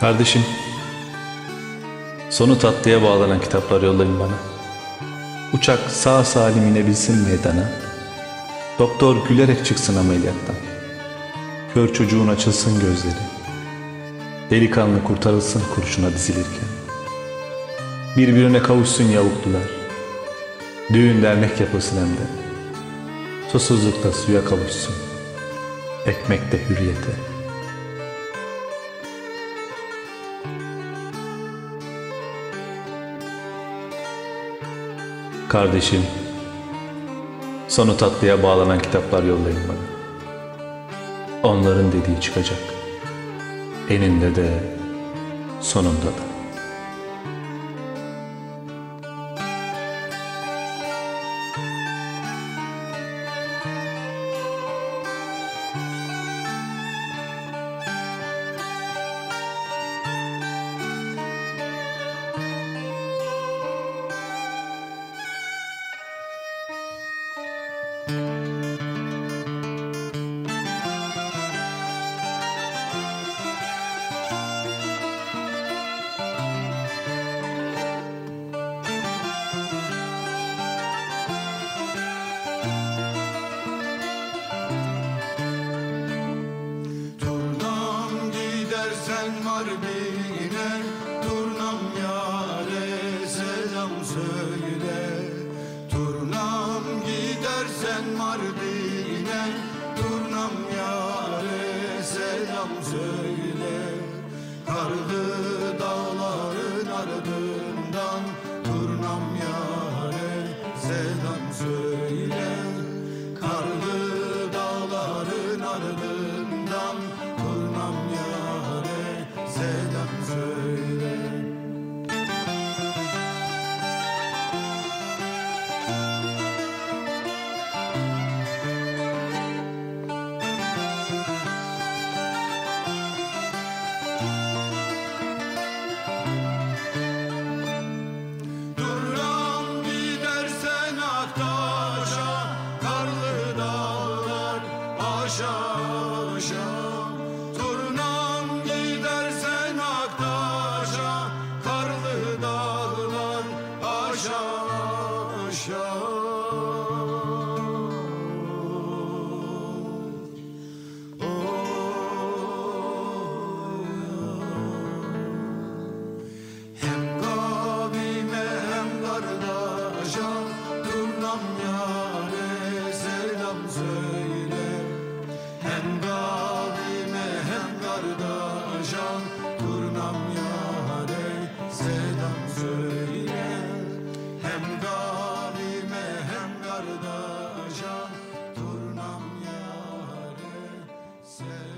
Kardeşim, sonu tatlıya bağlanan kitaplar yollayın bana. Uçak sağ salim inebilsin meydana. Doktor gülerek çıksın ameliyattan. Kör çocuğun açılsın gözleri. Delikanlı kurtarılsın kurşuna dizilirken. Birbirine kavuşsun yavuklular. Düğün dernek yapılsın hem de. Susuzlukta suya kavuşsun. Ekmekte hürriyete. Kardeşim, sonu tatlıya bağlanan kitaplar yollayın bana. Onların dediği çıkacak. Eninde de, sonunda da. Sen Mardin'e turnam yâre selam söyle. Turnam gidersen Mardin'e turnam yâre selam söyle. Karlı dağların ardından turnam yâre selam söyle. Karlı dağların ardından turnam yâre selam söyle. Turnam gidersen Aktaş'a, karlı dağlar aşağı aşağı. Turnam gidersen Aktaş'a, karlı dağlar aşağı aşağı. Hem kavime hem kardeşa turnam yâre selam söyle. Hem kavime hem kardeşa turnam yâre selam söyle. Hem kavime hem kardeşa turnam yâre selam